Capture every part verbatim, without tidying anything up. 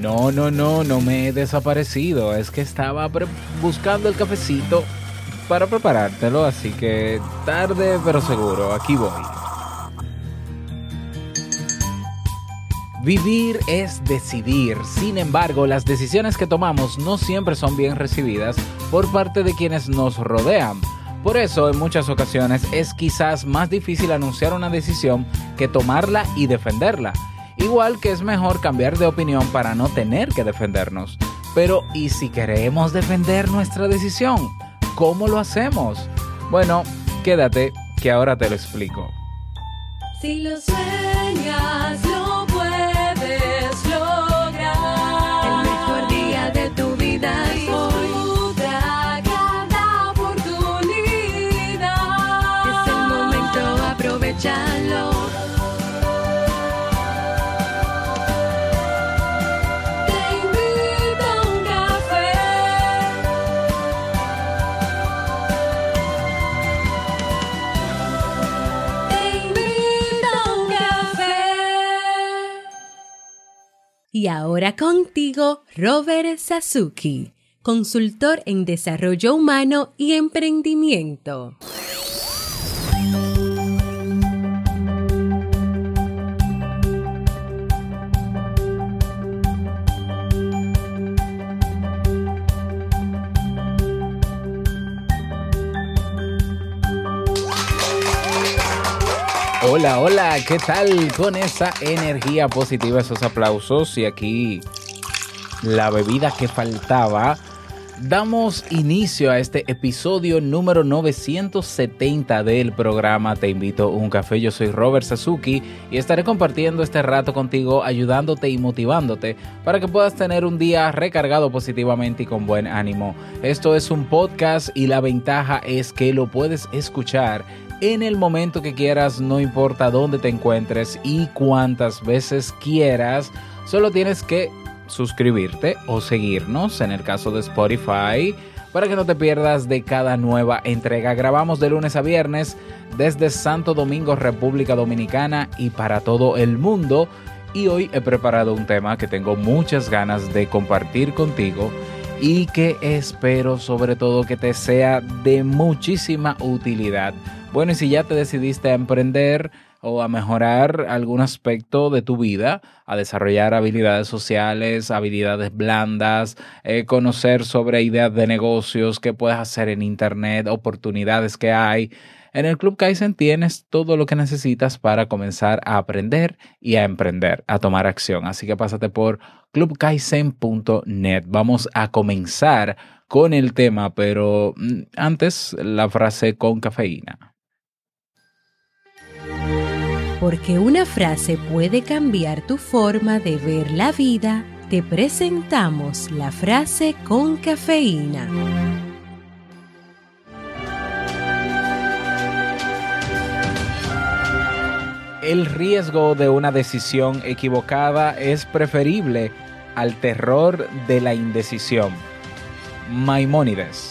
No, no, no, no me he desaparecido. Es que estaba pre- buscando el cafecito para preparártelo, así que tarde pero seguro, aquí voy. Vivir es decidir. Sin embargo, las decisiones que tomamos no siempre son bien recibidas por parte de quienes nos rodean. Por eso, en muchas ocasiones, es quizás más difícil anunciar una decisión que tomarla y defenderla. Igual que es mejor cambiar de opinión para no tener que defendernos. Pero, ¿y si queremos defender nuestra decisión? ¿Cómo lo hacemos? Bueno, quédate, que ahora te lo explico. Si lo sueñas, lo puedes lograr. El mejor día de tu vida es hoy. Disfruta cada oportunidad. Es el momento, aprovechalo. Y ahora contigo, Robert Sasuki, consultor en desarrollo humano y emprendimiento. Hola, hola, ¿qué tal? Con esa energía positiva, esos aplausos y aquí la bebida que faltaba. Damos inicio a este episodio número novecientos setenta del programa Te Invito a un Café. Yo soy Robert Sasuki y estaré compartiendo este rato contigo, ayudándote y motivándote para que puedas tener un día recargado positivamente y con buen ánimo. Esto es un podcast y la ventaja es que lo puedes escuchar en el momento que quieras, no importa dónde te encuentres y cuántas veces quieras. Solo tienes que suscribirte o seguirnos en el caso de Spotify para que no te pierdas de cada nueva entrega. Grabamos de lunes a viernes desde Santo Domingo, República Dominicana y para todo el mundo. Y hoy he preparado un tema que tengo muchas ganas de compartir contigo y que espero sobre todo que te sea de muchísima utilidad. Bueno, y si ya te decidiste a emprender o a mejorar algún aspecto de tu vida, a desarrollar habilidades sociales, habilidades blandas, eh, conocer sobre ideas de negocios que puedes hacer en internet, oportunidades que hay, en el Club Kaizen tienes todo lo que necesitas para comenzar a aprender y a emprender, a tomar acción. Así que pásate por club kaizen punto net. Vamos a comenzar con el tema, pero antes la frase con cafeína. Porque una frase puede cambiar tu forma de ver la vida, te presentamos la frase con cafeína. El riesgo de una decisión equivocada es preferible al terror de la indecisión. Maimónides.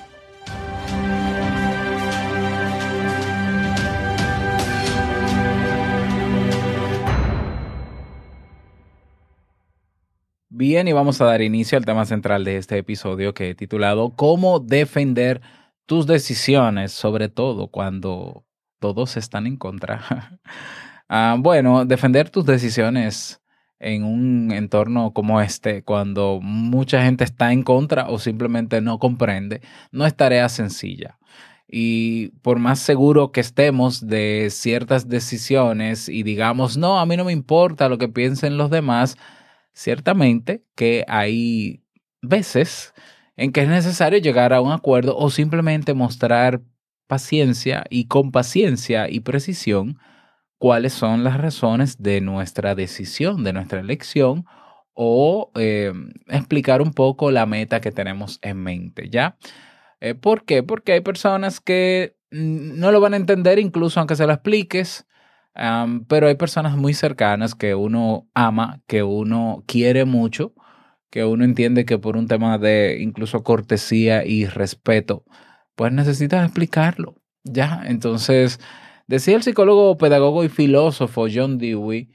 Bien, y vamos a dar inicio al tema central de este episodio que he titulado ¿Cómo defender tus decisiones, sobre todo cuando todos están en contra? ah, bueno, defender tus decisiones en un entorno como este, cuando mucha gente está en contra o simplemente no comprende, no es tarea sencilla. Y por más seguro que estemos de ciertas decisiones y digamos, no, a mí no me importa lo que piensen los demás, ciertamente que hay veces en que es necesario llegar a un acuerdo o simplemente mostrar paciencia y con paciencia y precisión cuáles son las razones de nuestra decisión, de nuestra elección o eh, explicar un poco la meta que tenemos en mente, ¿ya? Eh, ¿Por qué? Porque hay personas que no lo van a entender incluso aunque se lo expliques. Um, pero hay personas muy cercanas que uno ama, que uno quiere mucho, que uno entiende que por un tema de incluso cortesía y respeto, pues necesitas explicarlo, ¿ya? Entonces, decía el psicólogo, pedagogo y filósofo John Dewey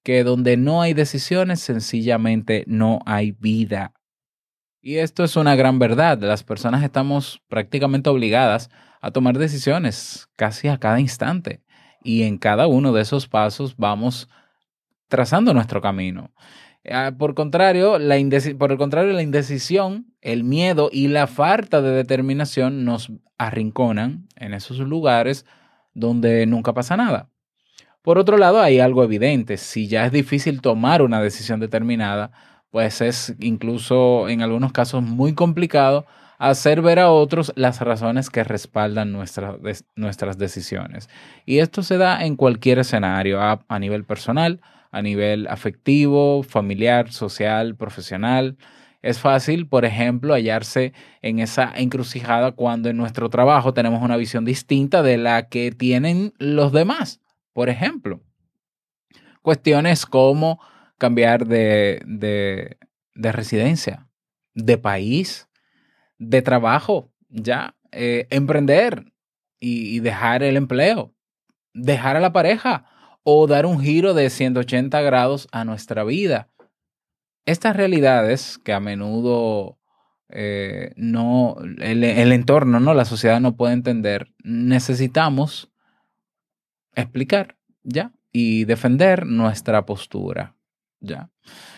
que donde no hay decisiones, sencillamente no hay vida. Y esto es una gran verdad. Las personas estamos prácticamente obligadas a tomar decisiones casi a cada instante. Y en cada uno de esos pasos vamos trazando nuestro camino. Eh, por contrario, la indeci- por el contrario, la indecisión, el miedo y la falta de determinación nos arrinconan en esos lugares donde nunca pasa nada. Por otro lado, hay algo evidente. Si ya es difícil tomar una decisión determinada, pues es incluso en algunos casos muy complicado hacer ver a otros las razones que respaldan nuestra, des, nuestras decisiones. Y esto se da en cualquier escenario, a, a nivel personal, a nivel afectivo, familiar, social, profesional. Es fácil, por ejemplo, hallarse en esa encrucijada cuando en nuestro trabajo tenemos una visión distinta de la que tienen los demás. Por ejemplo, cuestiones como cambiar de, de, de residencia, de país, de trabajo, ya, eh, emprender y, y dejar el empleo, dejar a la pareja o dar un giro de ciento ochenta grados a nuestra vida. Estas realidades que a menudo eh, no, el, el entorno, ¿no? La sociedad no puede entender, necesitamos explicar, ¿ya? Y defender nuestra postura, ¿ya?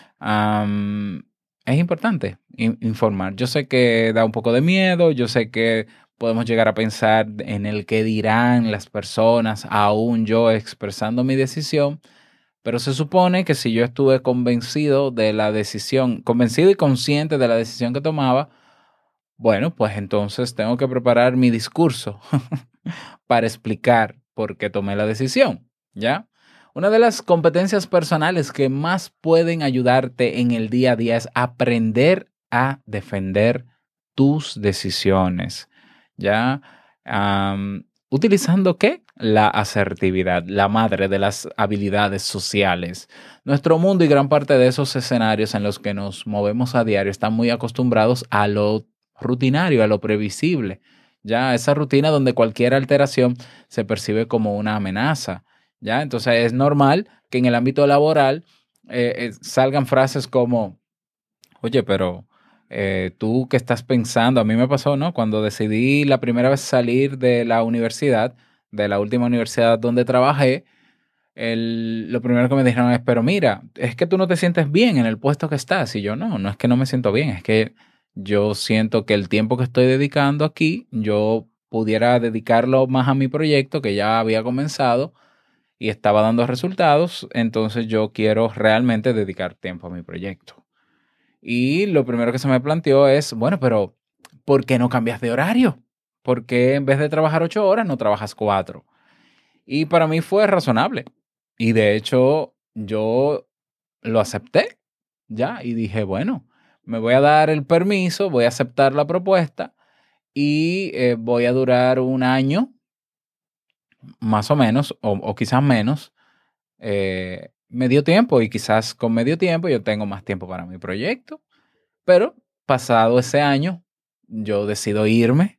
Um, es importante in- informar. Yo sé que da un poco de miedo, yo sé que podemos llegar a pensar en el que dirán las personas, aún yo expresando mi decisión, pero se supone que si yo estuve convencido de la decisión, convencido y consciente de la decisión que tomaba, bueno, pues entonces tengo que preparar mi discurso para explicar por qué tomé la decisión, ¿ya? Una de las competencias personales que más pueden ayudarte en el día a día es aprender a defender tus decisiones, ¿ya? Um, ¿Utilizando qué? La asertividad, la madre de las habilidades sociales. Nuestro mundo y gran parte de esos escenarios en los que nos movemos a diario están muy acostumbrados a lo rutinario, a lo previsible. Ya, esa rutina donde cualquier alteración se percibe como una amenaza. Ya, entonces es normal que en el ámbito laboral eh, eh, salgan frases como, oye, pero eh, tú qué estás pensando. A mí me pasó, ¿no? Cuando decidí la primera vez salir de la universidad, de la última universidad donde trabajé, el, lo primero que me dijeron es, pero mira, es que tú no te sientes bien en el puesto que estás. Y yo, no, no es que no me siento bien, es que yo siento que el tiempo que estoy dedicando aquí, yo pudiera dedicarlo más a mi proyecto que ya había comenzado y estaba dando resultados, entonces yo quiero realmente dedicar tiempo a mi proyecto. Y lo primero que se me planteó es, bueno, pero ¿por qué no cambias de horario? ¿Por qué en vez de trabajar ocho horas no trabajas cuatro? Y para mí fue razonable. Y de hecho, yo lo acepté, ¿ya? Y dije, bueno, me voy a dar el permiso, voy a aceptar la propuesta y eh, voy a durar un año, más o menos, o, o quizás menos, eh, medio tiempo. Y quizás con medio tiempo yo tengo más tiempo para mi proyecto. Pero pasado ese año, yo decido irme.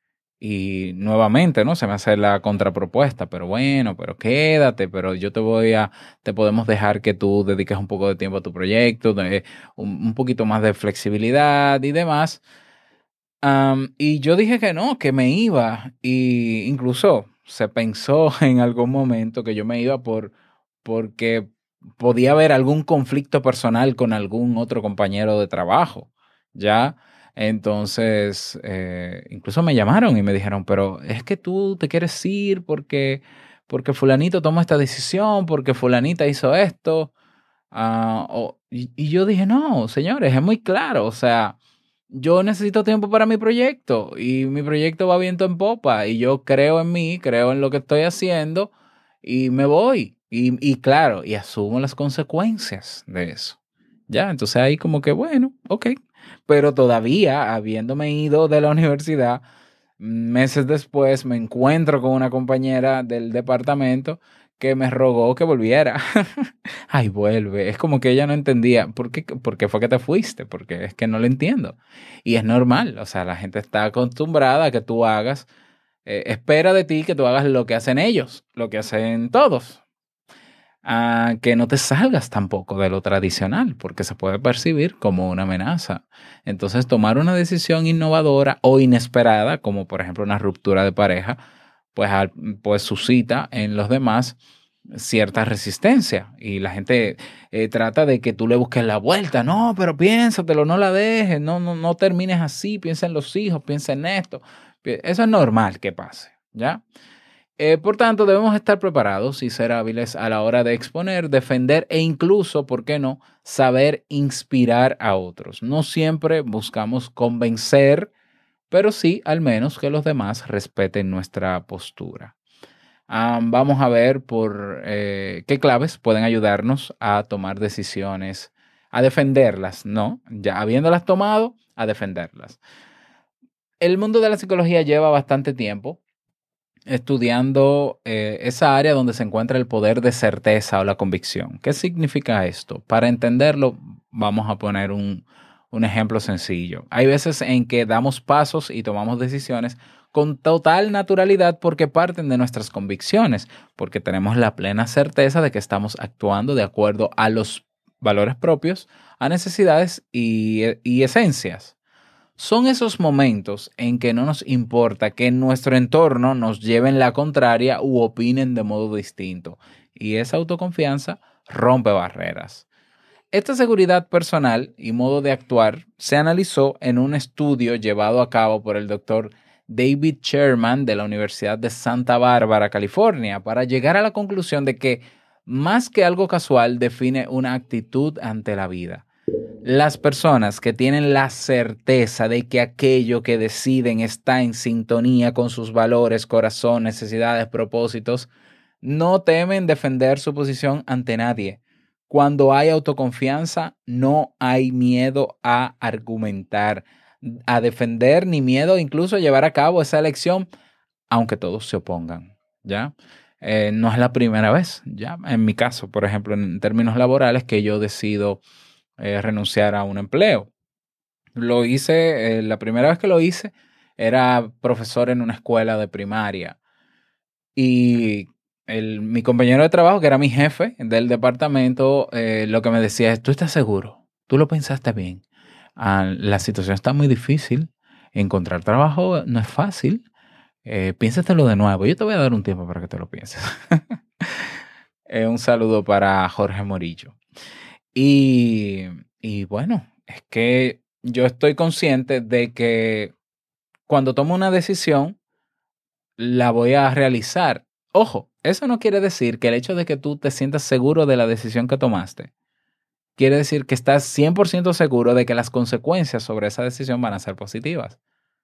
Y nuevamente, ¿no? Se me hace la contrapropuesta, pero bueno, pero quédate, pero yo te voy a, te podemos dejar que tú dediques un poco de tiempo a tu proyecto, de, un, un poquito más de flexibilidad y demás. Um, y yo dije que no, que me iba. Y incluso se pensó en algún momento que yo me iba por, porque podía haber algún conflicto personal con algún otro compañero de trabajo, ¿ya? Entonces, eh, incluso me llamaron y me dijeron, pero es que tú te quieres ir porque, porque fulanito tomó esta decisión, porque fulanita hizo esto. Uh, oh, y, y yo dije, no, señores, es muy claro. O sea, yo necesito tiempo para mi proyecto y mi proyecto va viento en popa y yo creo en mí, creo en lo que estoy haciendo y me voy. Y, y claro, y asumo las consecuencias de eso. Ya, entonces ahí como que, bueno, ok. Pero todavía, habiéndome ido de la universidad, meses después me encuentro con una compañera del departamento que me rogó que volviera. Ay, vuelve. Es como que ella no entendía. ¿Por qué, por qué fue que te fuiste? Porque es que no lo entiendo. Y es normal. O sea, la gente está acostumbrada a que tú hagas, eh, espera de ti que tú hagas lo que hacen ellos, lo que hacen todos. a que no te salgas tampoco de lo tradicional, porque se puede percibir como una amenaza. Entonces, tomar una decisión innovadora o inesperada, como por ejemplo una ruptura de pareja, pues, al- pues suscita en los demás cierta resistencia y la gente eh, trata de que tú le busques la vuelta. No, pero piénsatelo, no la dejes, no, no, no termines así, piensa en los hijos, piensa en esto. Pi- Eso es normal que pase, ¿ya? Eh, por tanto, debemos estar preparados y ser hábiles a la hora de exponer, defender e incluso, ¿por qué no?, saber inspirar a otros. No siempre buscamos convencer, pero sí al menos que los demás respeten nuestra postura. Ah, vamos a ver por eh, qué claves pueden ayudarnos a tomar decisiones, a defenderlas, ¿no? Ya habiéndolas tomado, a defenderlas. El mundo de la psicología lleva bastante tiempo estudiando eh, esa área donde se encuentra el poder de certeza o la convicción. ¿Qué significa esto? Para entenderlo, vamos a poner un, un ejemplo sencillo. Hay veces en que damos pasos y tomamos decisiones con total naturalidad porque parten de nuestras convicciones, porque tenemos la plena certeza de que estamos actuando de acuerdo a los valores propios, a necesidades y, y esencias. Son esos momentos en que no nos importa que nuestro entorno nos lleve en la contraria u opinen de modo distinto. Y esa autoconfianza rompe barreras. Esta seguridad personal y modo de actuar se analizó en un estudio llevado a cabo por el doctor David Sherman de la Universidad de Santa Bárbara, California, para llegar a la conclusión de que más que algo casual define una actitud ante la vida. Las personas que tienen la certeza de que aquello que deciden está en sintonía con sus valores, corazón, necesidades, propósitos, no temen defender su posición ante nadie. Cuando hay autoconfianza, no hay miedo a argumentar, a defender, ni miedo incluso a llevar a cabo esa elección, aunque todos se opongan, ¿ya? Eh, no es la primera vez, ¿ya? En mi caso, por ejemplo, en términos laborales, que yo decido eh, renunciar a un empleo. Lo hice, eh, la primera vez que lo hice, era profesor en una escuela de primaria. Y el, mi compañero de trabajo, que era mi jefe del departamento, eh, lo que me decía es, ¿tú estás seguro? ¿Tú lo pensaste bien? Ah, la situación está muy difícil. Encontrar trabajo no es fácil. Eh, piénsatelo de nuevo. Yo te voy a dar un tiempo para que te lo pienses. Eh, un saludo para Jorge Morillo. Y, y bueno, es que yo estoy consciente de que cuando tomo una decisión, la voy a realizar. Ojo, eso no quiere decir que el hecho de que tú te sientas seguro de la decisión que tomaste, quiere decir que estás cien por ciento seguro de que las consecuencias sobre esa decisión van a ser positivas.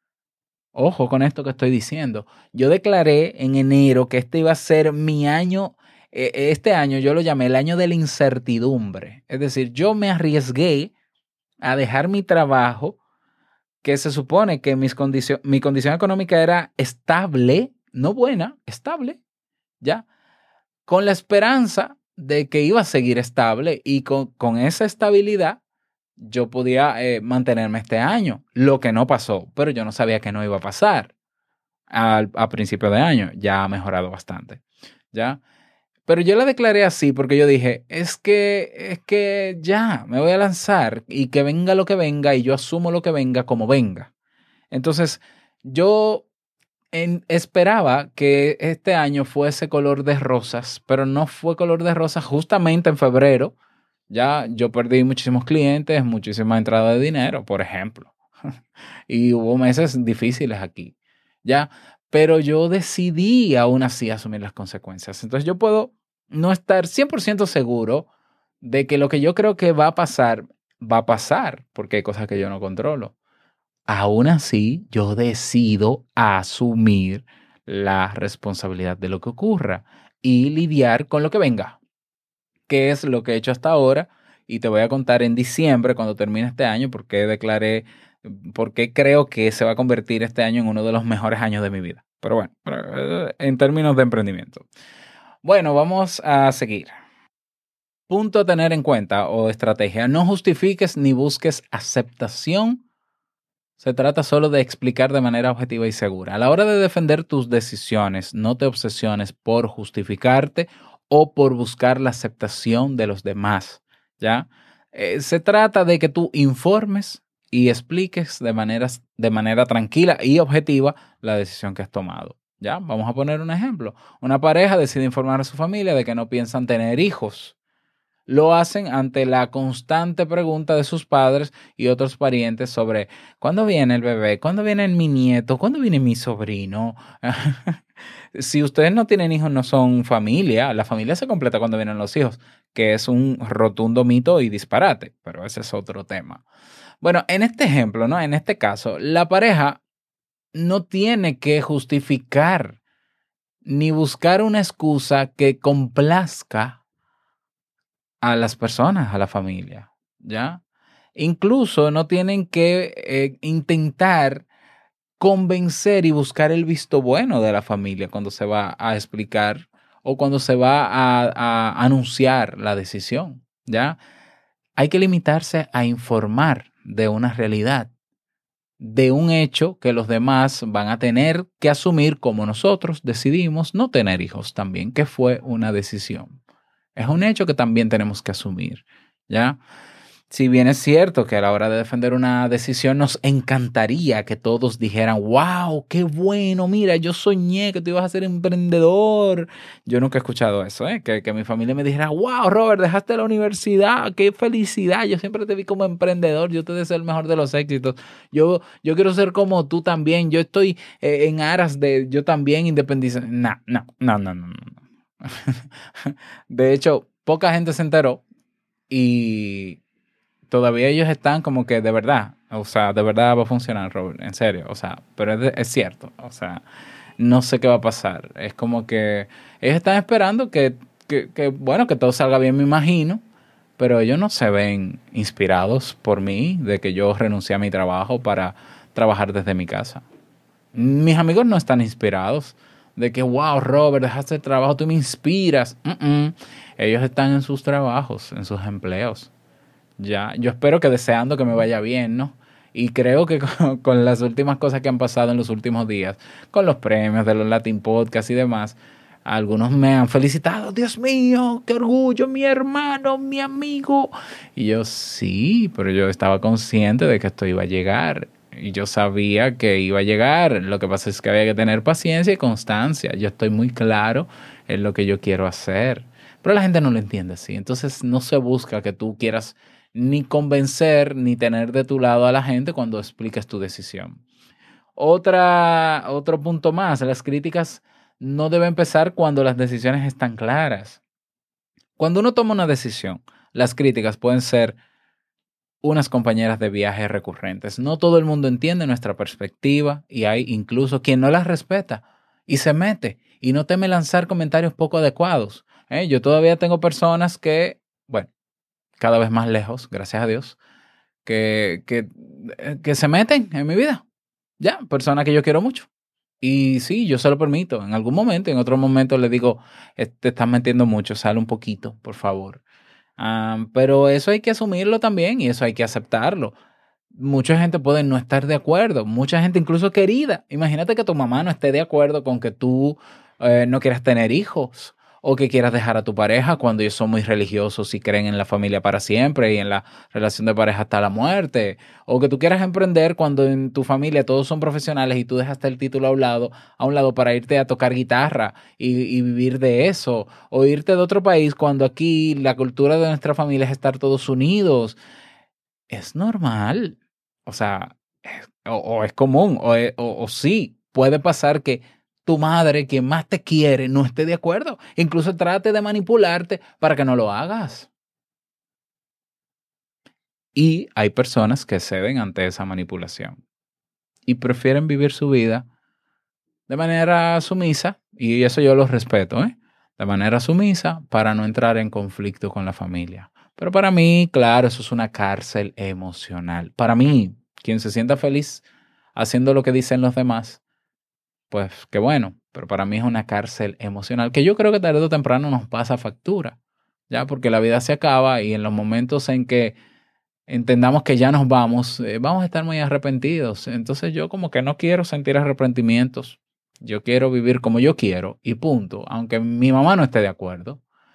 Ojo con esto que estoy diciendo. Yo declaré en enero que este iba a ser mi año, eh, este año yo lo llamé el año de la incertidumbre. Es decir, yo me arriesgué a dejar mi trabajo, que se supone que mis condicio- mi condición económica era estable, no buena, estable, ¿ya? Con la esperanza de que iba a seguir estable y con, con esa estabilidad yo podía eh, mantenerme este año, lo que no pasó, pero yo no sabía que no iba a pasar al, a principio de año. Ya ha mejorado bastante, ¿ya? Pero yo la declaré así porque yo dije, es que, es que ya, me voy a lanzar y que venga lo que venga y yo asumo lo que venga como venga. Entonces, yo en- esperaba que este año fuese color de rosas, pero no fue color de rosas justamente en febrero. Ya yo perdí muchísimos clientes, muchísima entrada de dinero, por ejemplo. Y hubo meses difíciles aquí, ¿ya? Pero yo decidí aún así asumir las consecuencias. Entonces yo puedo no estar cien por ciento seguro de que lo que yo creo que va a pasar, va a pasar, porque hay cosas que yo no controlo. Aún así, yo decido asumir la responsabilidad de lo que ocurra y lidiar con lo que venga, que es lo que he hecho hasta ahora. Y te voy a contar en diciembre, cuando termine este año, por qué declaré, por qué creo que se va a convertir este año en uno de los mejores años de mi vida. Pero bueno, eh, en términos de emprendimiento. Bueno, vamos a seguir. Punto a tener en cuenta o estrategia. No justifiques ni busques aceptación. Se trata solo de explicar de manera objetiva y segura. A la hora de defender tus decisiones, no te obsesiones por justificarte o por buscar la aceptación de los demás, ¿ya? Eh, se trata de que tú informes y expliques de, maneras, de manera tranquila y objetiva la decisión que has tomado, ¿ya? Vamos a poner un ejemplo. Una pareja decide informar a su familia de que no piensan tener hijos. Lo hacen ante la constante pregunta de sus padres y otros parientes sobre ¿cuándo viene el bebé? ¿Cuándo viene mi nieto? ¿Cuándo viene mi sobrino? Si ustedes no tienen hijos, no son familia. La familia se completa cuando vienen los hijos, que es un rotundo mito y disparate, pero ese es otro tema. Bueno, en este ejemplo, ¿no? En este caso, la pareja no tiene que justificar ni buscar una excusa que complazca a las personas, a la familia, ¿ya? Incluso no tienen que eh, intentar convencer y buscar el visto bueno de la familia cuando se va a explicar o cuando se va a, a anunciar la decisión, ¿ya? Hay que limitarse a informar de una realidad, de un hecho que los demás van a tener que asumir como nosotros decidimos no tener hijos también, que fue una decisión. Es un hecho que también tenemos que asumir, ¿ya? Si bien es cierto que a la hora de defender una decisión nos encantaría que todos dijeran, wow, qué bueno, mira, yo soñé que tú ibas a ser emprendedor. Yo nunca he escuchado eso, ¿eh? Que, que mi familia me dijera, wow, Robert, dejaste la universidad, qué felicidad, yo siempre te vi como emprendedor, yo te deseo el mejor de los éxitos. Yo, yo quiero ser como tú también, yo estoy eh, en aras de yo también independizar. No, no, no, no, no, no. De hecho, poca gente se enteró y todavía ellos están como que de verdad, o sea, de verdad va a funcionar, Robert, en serio, o sea, pero es, de, es cierto, o sea, no sé qué va a pasar. Es como que ellos están esperando que, que, que, bueno, que todo salga bien, me imagino, pero ellos no se ven inspirados por mí de que yo renuncié a mi trabajo para trabajar desde mi casa. Mis amigos no están inspirados de que, wow, Robert, dejaste el trabajo, tú me inspiras. Uh-uh. Ellos están en sus trabajos, en sus empleos. Ya, yo espero que deseando que me vaya bien, ¿no? Y creo que con, con las últimas cosas que han pasado en los últimos días, con los premios de los Latin Podcast y demás, algunos me han felicitado. Dios mío, qué orgullo, mi hermano, mi amigo. Y yo, sí, pero yo estaba consciente de que esto iba a llegar. Y yo sabía que iba a llegar. Lo que pasa es que había que tener paciencia y constancia. Yo estoy muy claro en lo que yo quiero hacer. Pero la gente no lo entiende así. Entonces no se busca que tú quieras ni convencer ni tener de tu lado a la gente cuando expliques tu decisión. Otra, otro punto más. Las críticas no deben empezar cuando las decisiones están claras. Cuando uno toma una decisión, las críticas pueden ser unas compañeras de viaje recurrentes. No todo el mundo entiende nuestra perspectiva y hay incluso quien no las respeta y se mete y no teme lanzar comentarios poco adecuados. ¿Eh? Yo todavía tengo personas que, bueno, cada vez más lejos, gracias a Dios, que, que, que se meten en mi vida. Ya, personas que yo quiero mucho. Y sí, yo se lo permito. En algún momento, en otro momento le digo, te estás metiendo mucho, sale un poquito, por favor. Um, pero eso hay que asumirlo también y eso hay que aceptarlo. Mucha gente puede no estar de acuerdo, mucha gente incluso querida. Imagínate que tu mamá no esté de acuerdo con que tú eh, no quieras tener hijos o que quieras dejar a tu pareja cuando ellos son muy religiosos y creen en la familia para siempre y en la relación de pareja hasta la muerte, o que tú quieras emprender cuando en tu familia todos son profesionales y tú dejaste el título a un lado, a un lado para irte a tocar guitarra y, y vivir de eso, o irte de otro país cuando aquí la cultura de nuestra familia es estar todos unidos. Es normal, o sea, es, o, o es común, o, o, o sí, puede pasar que tu madre, quien más te quiere, no esté de acuerdo. Incluso trate de manipularte para que no lo hagas. Y hay personas que ceden ante esa manipulación y prefieren vivir su vida de manera sumisa, y eso yo lo respeto, ¿eh? De manera sumisa para no entrar en conflicto con la familia. Pero para mí, claro, eso es una cárcel emocional. Para mí, quien se sienta feliz haciendo lo que dicen los demás, pues qué bueno, pero para mí es una cárcel emocional que yo creo que tarde o temprano nos pasa factura, ya, porque la vida se acaba y en los momentos en que entendamos que ya nos vamos, eh, vamos a estar muy arrepentidos. Entonces yo como que no quiero sentir arrepentimientos, yo quiero vivir como yo quiero y punto, aunque mi mamá no esté de acuerdo,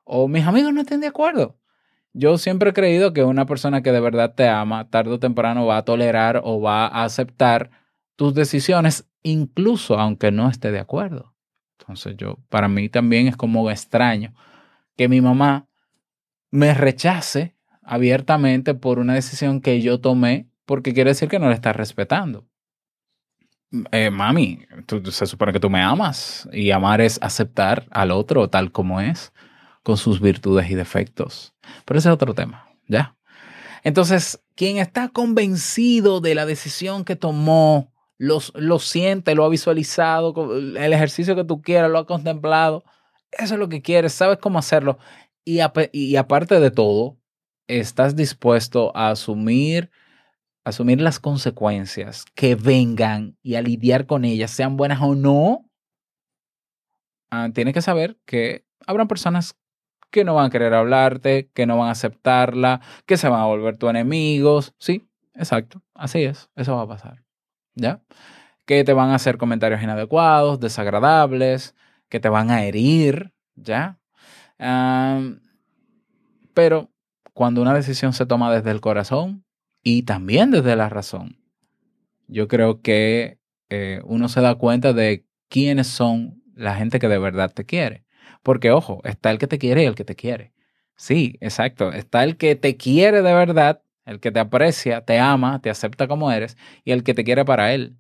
o mis amigos no estén de acuerdo. Yo siempre he creído que una persona que de verdad te ama, tarde o temprano va a tolerar o va a aceptar tus decisiones, incluso aunque no esté de acuerdo. Entonces yo, para mí también es como extraño que mi mamá me rechace abiertamente por una decisión que yo tomé, porque quiere decir que no la está respetando. Eh, mami, tú, se supone que tú me amas, y amar es aceptar al otro tal como es, con sus virtudes y defectos. Pero ese es otro tema, ¿ya? Entonces, quien está convencido de la decisión que tomó, lo, lo siente, lo ha visualizado, el ejercicio que tú quieras, lo ha contemplado, eso es lo que quieres, sabes cómo hacerlo. Y, y aparte de todo, estás dispuesto a asumir, asumir las consecuencias que vengan y a lidiar con ellas, sean buenas o no. Ah, tienes que saber que habrán personas que no van a querer hablarte, que no van a aceptarla, que se van a volver tus enemigos. Sí, exacto, así es, eso va a pasar, ¿ya? Que te van a hacer comentarios inadecuados, desagradables, que te van a herir, ¿ya? Um, pero cuando una decisión se toma desde el corazón y también desde la razón, yo creo que eh, uno se da cuenta de quiénes son la gente que de verdad te quiere. Porque, ojo, está el que te quiere y el que te quiere. Sí, exacto. Está el que te quiere de verdad, el que te aprecia, te ama, te acepta como eres, y el que te quiere para él.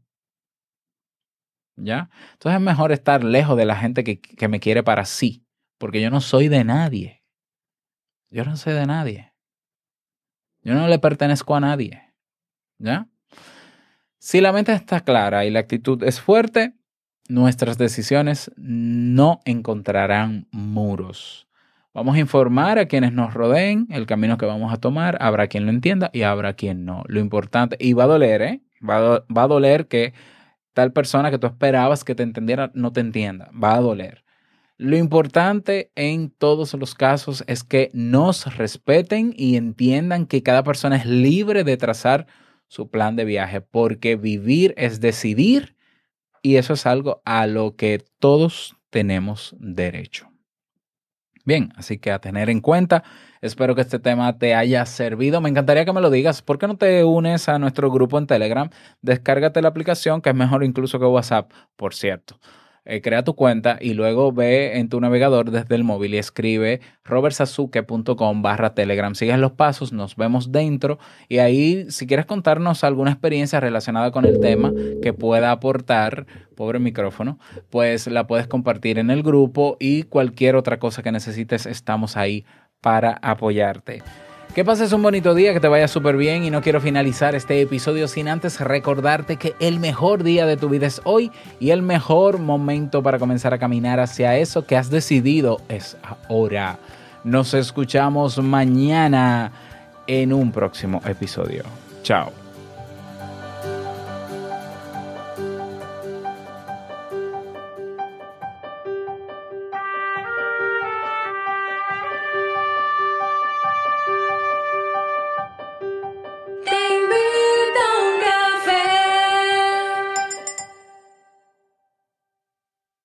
¿Ya? Entonces es mejor estar lejos de la gente que, que me quiere para sí, porque yo no soy de nadie. Yo no soy de nadie. Yo no le pertenezco a nadie. ¿Ya? Si la mente está clara y la actitud es fuerte, nuestras decisiones no encontrarán muros. Vamos a informar a quienes nos rodeen el camino que vamos a tomar. Habrá quien lo entienda y habrá quien no. Lo importante, y va a doler, ¿eh? Va a, do, va a doler que tal persona que tú esperabas que te entendiera no te entienda. Va a doler. Lo importante en todos los casos es que nos respeten y entiendan que cada persona es libre de trazar su plan de viaje, porque vivir es decidir. Y eso es algo a lo que todos tenemos derecho. Bien, así que a tener en cuenta. Espero que este tema te haya servido. Me encantaría que me lo digas. ¿Por qué no te unes a nuestro grupo en Telegram? Descárgate la aplicación, que es mejor incluso que WhatsApp, por cierto. Eh, crea tu cuenta y luego ve en tu navegador desde el móvil y escribe robertsazuke.com barra Telegram. Sigues los pasos, nos vemos dentro y ahí si quieres contarnos alguna experiencia relacionada con el tema que pueda aportar, pobre micrófono, pues la puedes compartir en el grupo y cualquier otra cosa que necesites estamos ahí para apoyarte. Que pases un bonito día, que te vaya súper bien y no quiero finalizar este episodio sin antes recordarte que el mejor día de tu vida es hoy y el mejor momento para comenzar a caminar hacia eso que has decidido es ahora. Nos escuchamos mañana en un próximo episodio. Chao.